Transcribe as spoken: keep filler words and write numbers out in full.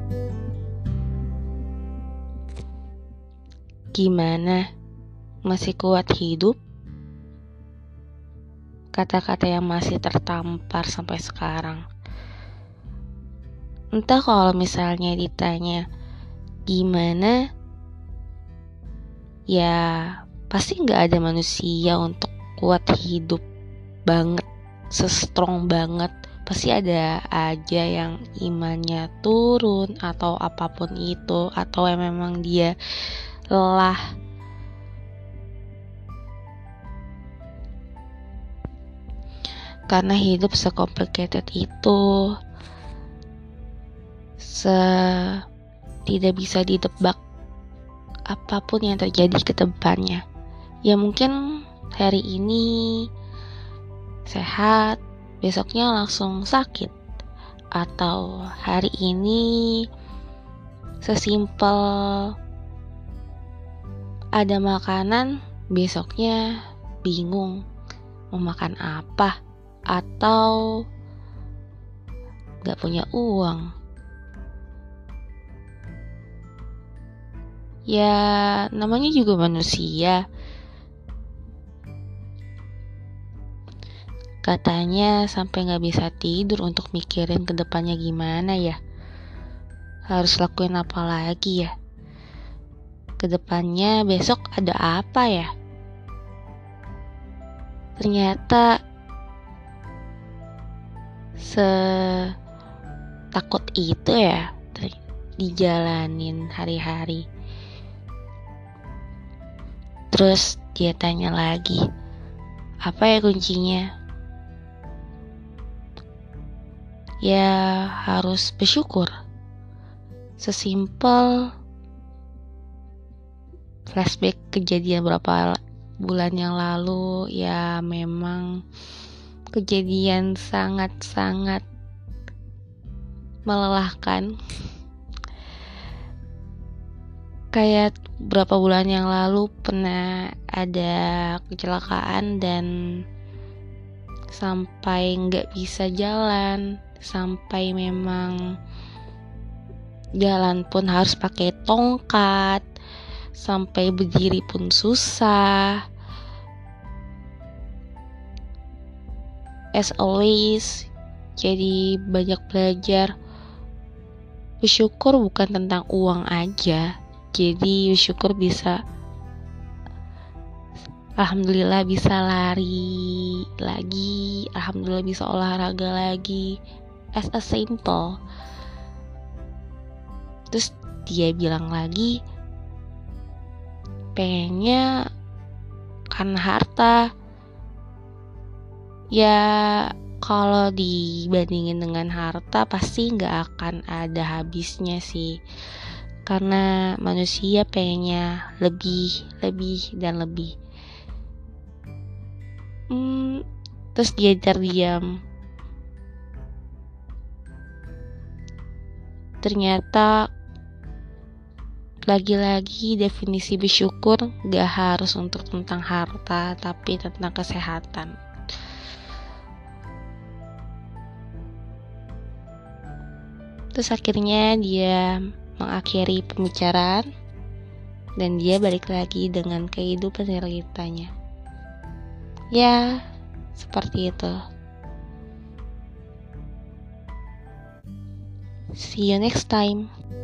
Gimana? Masih kuat hidup? Kata-kata yang masih tertampar sampai sekarang. Entah kalau misalnya ditanya gimana, ya pasti gak ada manusia untuk kuat hidup banget, se-strong banget. Pasti ada aja yang imannya turun atau apapun itu, atau yang memang dia lelah. Karena hidup se-complicated itu, se tidak bisa didebak apapun yang terjadi ke depannya. Ya mungkin hari ini sehat, besoknya langsung sakit. Atau hari ini sesimpel ada makanan, besoknya bingung mau makan apa. Atau gak punya uang. Ya namanya juga manusia. Katanya sampai gak bisa tidur untuk mikirin kedepannya gimana ya. Harus lakuin apa lagi ya. Kedepannya besok ada apa ya. Ternyata setakut itu ya dijalanin hari-hari. Terus dia tanya lagi, apa ya kuncinya? Ya harus bersyukur. Sesimpel flashback kejadian berapa bulan yang lalu, ya memang kejadian sangat-sangat melelahkan. Kayak berapa bulan yang lalu pernah ada kecelakaan dan sampai gak bisa jalan, sampai memang jalan pun harus pakai tongkat, sampai berdiri pun susah. As always, jadi banyak belajar. Bersyukur bukan tentang uang aja. Jadi bersyukur bisa, alhamdulillah bisa lari lagi, alhamdulillah bisa olahraga lagi. As a simple. Terus dia bilang lagi, pengennya karena harta. Ya kalau dibandingin dengan harta pasti gak akan ada habisnya sih. Karena manusia pengennya lebih, lebih, dan lebih. hmm, Terus dia terdiam. Ternyata lagi-lagi definisi bersyukur gak harus untuk tentang harta, tapi tentang kesehatan. Terus akhirnya dia mengakhiri pembicaraan dan dia balik lagi dengan kehidupan realitanya. Ya, seperti itu. See you next time.